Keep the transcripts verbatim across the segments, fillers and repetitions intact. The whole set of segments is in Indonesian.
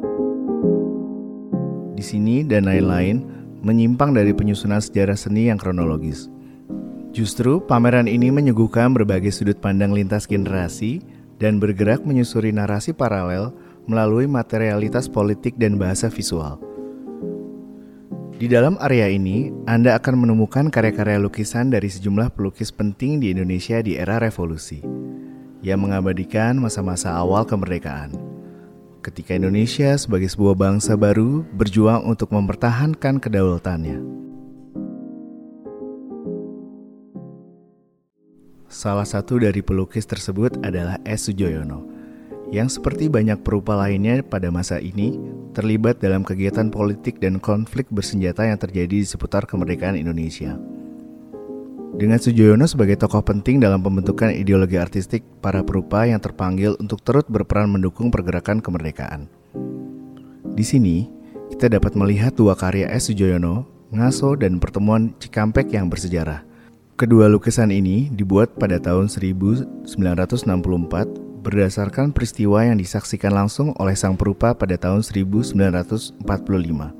Di sini dan lain-lain menyimpang dari penyusunan sejarah seni yang kronologis. Justru pameran ini menyuguhkan berbagai sudut pandang lintas generasi dan bergerak menyusuri narasi paralel melalui materialitas politik dan bahasa visual. Di dalam area ini, Anda akan menemukan karya-karya lukisan dari sejumlah pelukis penting di Indonesia di era revolusi, yang mengabadikan masa-masa awal kemerdekaan, ketika Indonesia sebagai sebuah bangsa baru berjuang untuk mempertahankan kedaulatannya. Salah satu dari pelukis tersebut adalah S. Sudjojono, yang seperti banyak perupa lainnya pada masa ini terlibat dalam kegiatan politik dan konflik bersenjata yang terjadi di seputar kemerdekaan Indonesia. Dengan Sudjojono sebagai tokoh penting dalam pembentukan ideologi artistik para perupa yang terpanggil untuk turut berperan mendukung pergerakan kemerdekaan. Di sini, kita dapat melihat dua karya S. Sudjojono, Ngaso dan Pertemuan Cikampek yang bersejarah. Kedua lukisan ini dibuat pada tahun seribu sembilan ratus enam puluh empat berdasarkan peristiwa yang disaksikan langsung oleh sang perupa pada tahun seribu sembilan ratus empat puluh lima.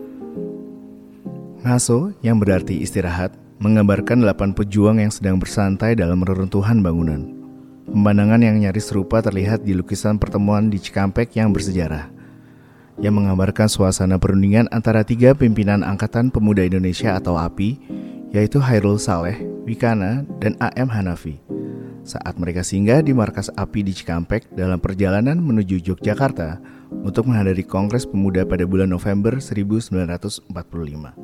Ngaso, yang berarti istirahat, menggambarkan delapan pejuang yang sedang bersantai dalam reruntuhan bangunan. Pemandangan yang nyaris serupa terlihat di lukisan Pertemuan di Cikampek yang bersejarah, yang menggambarkan suasana perundingan antara tiga pimpinan Angkatan Pemuda Indonesia atau A P I, yaitu Hairul Saleh, Wikana, dan A M Hanafi, saat mereka singgah di markas A P I di Cikampek dalam perjalanan menuju Yogyakarta untuk menghadiri Kongres Pemuda pada bulan November seribu sembilan ratus empat puluh lima.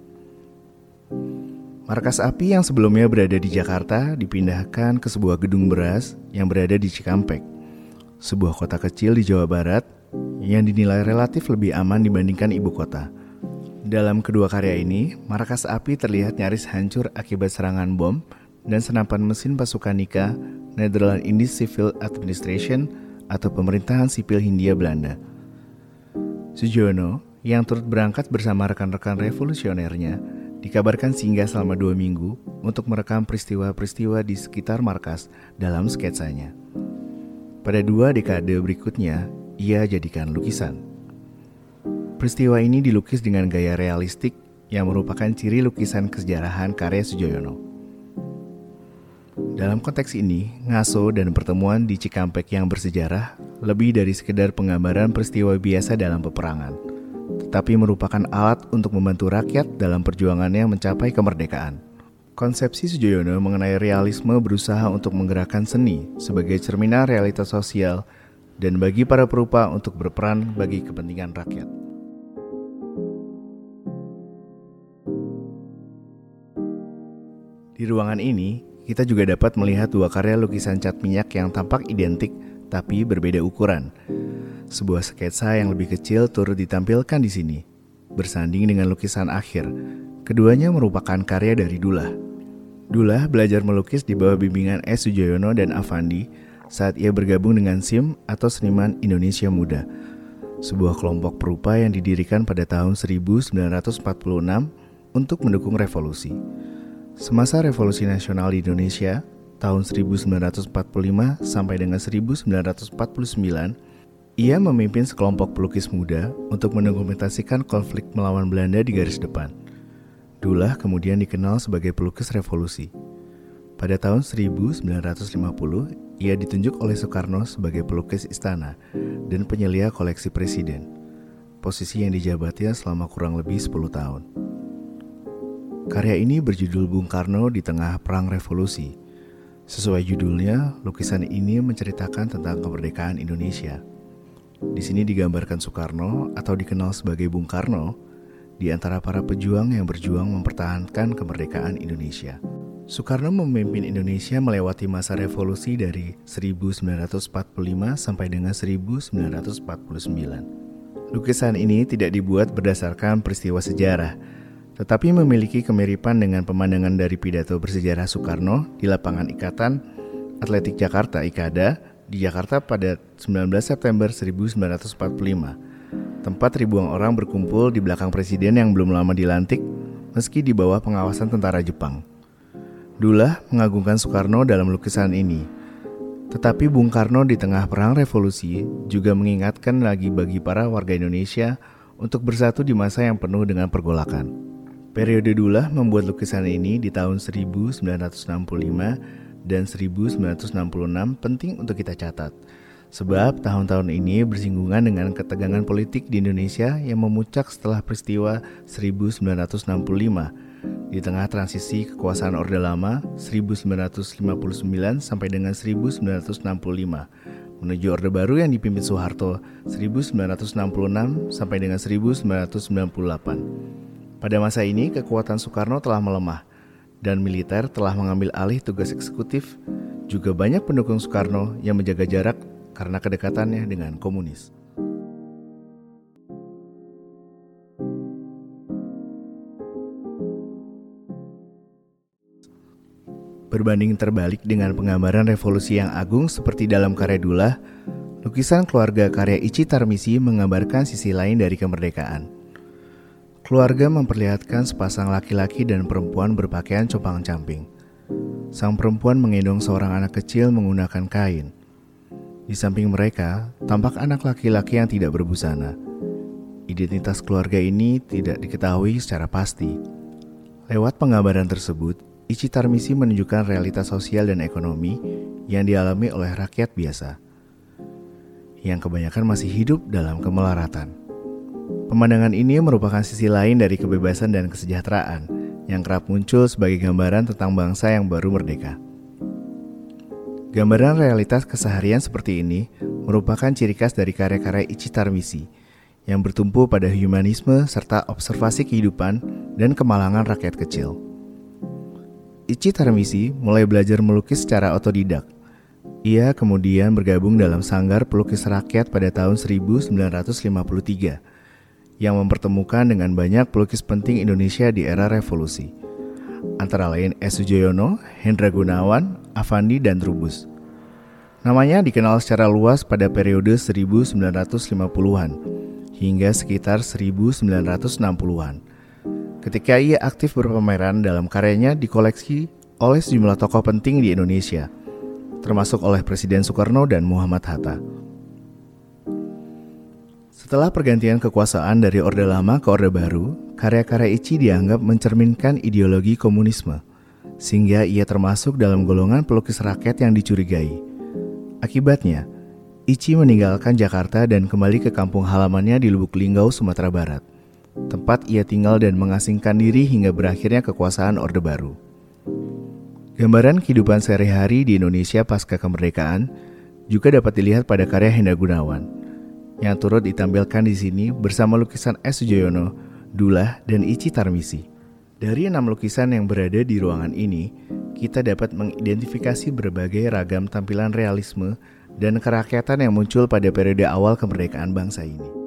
Markas A P I yang sebelumnya berada di Jakarta dipindahkan ke sebuah gedung beras yang berada di Cikampek, sebuah kota kecil di Jawa Barat yang dinilai relatif lebih aman dibandingkan ibu kota. Dalam kedua karya ini, markas A P I terlihat nyaris hancur akibat serangan bom dan senapan mesin pasukan N I C A, Netherlands Indies Civil Administration atau Pemerintahan Sipil Hindia Belanda. Sudjojono, yang turut berangkat bersama rekan-rekan revolusionernya, dikabarkan singgah selama dua minggu untuk merekam peristiwa-peristiwa di sekitar markas dalam sketsanya. Pada dua dekade berikutnya, ia jadikan lukisan. Peristiwa ini dilukis dengan gaya realistik yang merupakan ciri lukisan kesejarahan karya Sudjojono. Dalam konteks ini, Ngaso dan Pertemuan di Cikampek yang bersejarah lebih dari sekedar penggambaran peristiwa biasa dalam peperangan, tetapi merupakan alat untuk membantu rakyat dalam perjuangannya mencapai kemerdekaan. Konsepsi Sudjojono mengenai realisme berusaha untuk menggerakkan seni sebagai cerminan realitas sosial dan bagi para perupa untuk berperan bagi kepentingan rakyat. Di ruangan ini, kita juga dapat melihat dua karya lukisan cat minyak yang tampak identik tapi berbeda ukuran. Sebuah sketsa yang lebih kecil turut ditampilkan di sini, bersanding dengan lukisan akhir. Keduanya merupakan karya dari Dullah. Dullah belajar melukis di bawah bimbingan S. Sudjojono dan Afandi saat ia bergabung dengan S I M atau Seniman Indonesia Muda, sebuah kelompok perupa yang didirikan pada tahun seribu sembilan ratus empat puluh enam untuk mendukung revolusi. Semasa Revolusi Nasional di Indonesia, tahun seribu sembilan ratus empat puluh lima sampai dengan seribu sembilan ratus empat puluh sembilan, ia memimpin sekelompok pelukis muda untuk mendokumentasikan konflik melawan Belanda di garis depan. Dullah kemudian dikenal sebagai pelukis revolusi. Pada tahun seribu sembilan ratus lima puluh, ia ditunjuk oleh Soekarno sebagai pelukis istana dan penyelia koleksi presiden, posisi yang dijabatnya selama kurang lebih sepuluh tahun. Karya ini berjudul Bung Karno di Tengah Perang Revolusi. Sesuai judulnya, lukisan ini menceritakan tentang kemerdekaan Indonesia. Di sini digambarkan Soekarno atau dikenal sebagai Bung Karno di antara para pejuang yang berjuang mempertahankan kemerdekaan Indonesia. Soekarno memimpin Indonesia melewati masa revolusi dari seribu sembilan ratus empat puluh lima sampai dengan seribu sembilan ratus empat puluh sembilan. Lukisan ini tidak dibuat berdasarkan peristiwa sejarah, tetapi memiliki kemiripan dengan pemandangan dari pidato bersejarah Soekarno di lapangan Ikatan Atletik Jakarta I K A D A di Jakarta pada sembilan belas September seribu sembilan ratus empat puluh lima, tempat ribuan orang berkumpul di belakang presiden yang belum lama dilantik meski di bawah pengawasan tentara Jepang. Dullah mengagungkan Soekarno dalam lukisan ini, Tetapi Bung Karno di tengah perang revolusi juga mengingatkan lagi bagi para warga Indonesia untuk bersatu di masa yang penuh dengan pergolakan. Periode Dullah membuat lukisan ini di tahun seribu sembilan ratus enam puluh lima dan seribu sembilan ratus enam puluh enam penting untuk kita catat. Sebab tahun-tahun ini bersinggungan dengan ketegangan politik di Indonesia yang memuncak setelah peristiwa seribu sembilan ratus enam puluh lima di tengah transisi kekuasaan Orde Lama seribu sembilan ratus lima puluh sembilan sampai dengan seribu sembilan ratus enam puluh lima menuju Orde Baru yang dipimpin Soeharto seribu sembilan ratus enam puluh enam sampai dengan seribu sembilan ratus sembilan puluh delapan. Pada masa ini kekuatan Soekarno telah melemah dan militer telah mengambil alih tugas eksekutif. Juga banyak pendukung Soekarno yang menjaga jarak karena kedekatannya dengan komunis. Berbanding terbalik dengan penggambaran revolusi yang agung seperti dalam karya Dullah, lukisan keluarga karya Itji Tarmizi menggambarkan sisi lain dari kemerdekaan. Keluarga memperlihatkan sepasang laki-laki dan perempuan berpakaian compang-camping. Sang perempuan menggendong seorang anak kecil menggunakan kain. Di samping mereka, tampak anak laki-laki yang tidak berbusana. Identitas keluarga ini tidak diketahui secara pasti. Lewat penggambaran tersebut, Itji Tarmizi menunjukkan realitas sosial dan ekonomi yang dialami oleh rakyat biasa, yang kebanyakan masih hidup dalam kemelaratan. Pemandangan ini merupakan sisi lain dari kebebasan dan kesejahteraan, yang kerap muncul sebagai gambaran tentang bangsa yang baru merdeka. Gambaran realitas keseharian seperti ini merupakan ciri khas dari karya-karya Itji Tarmizi yang bertumpu pada humanisme serta observasi kehidupan dan kemalangan rakyat kecil. Itji Tarmizi mulai belajar melukis secara otodidak. Ia kemudian bergabung dalam Sanggar Pelukis Rakyat pada tahun seribu sembilan ratus lima puluh tiga yang mempertemukan dengan banyak pelukis penting Indonesia di era revolusi. Antara lain S. Sujoyono, Hendra Gunawan, Avandi, dan Trubus. Namanya dikenal secara luas pada periode seribu sembilan ratus lima puluhan hingga sekitar seribu sembilan ratus enam puluhan. Ketika ia aktif berpameran dalam karyanya dikoleksi oleh sejumlah tokoh penting di Indonesia, termasuk oleh Presiden Soekarno dan Muhammad Hatta. Setelah pergantian kekuasaan dari Orde Lama ke Orde Baru, karya-karya Itji dianggap mencerminkan ideologi komunisme, sehingga ia termasuk dalam golongan pelukis rakyat yang dicurigai. Akibatnya, Itji meninggalkan Jakarta dan kembali ke kampung halamannya di Lubuk Linggau, Sumatera Barat, tempat ia tinggal dan mengasingkan diri hingga berakhirnya kekuasaan Orde Baru. Gambaran kehidupan sehari-hari di Indonesia pasca kemerdekaan juga dapat dilihat pada karya Hendra Gunawan, yang turut ditampilkan di sini bersama lukisan S. Sujoyono, Dullah, dan Itji Tarmizi. Dari enam lukisan yang berada di ruangan ini, kita dapat mengidentifikasi berbagai ragam tampilan realisme dan kerakyatan yang muncul pada periode awal kemerdekaan bangsa ini.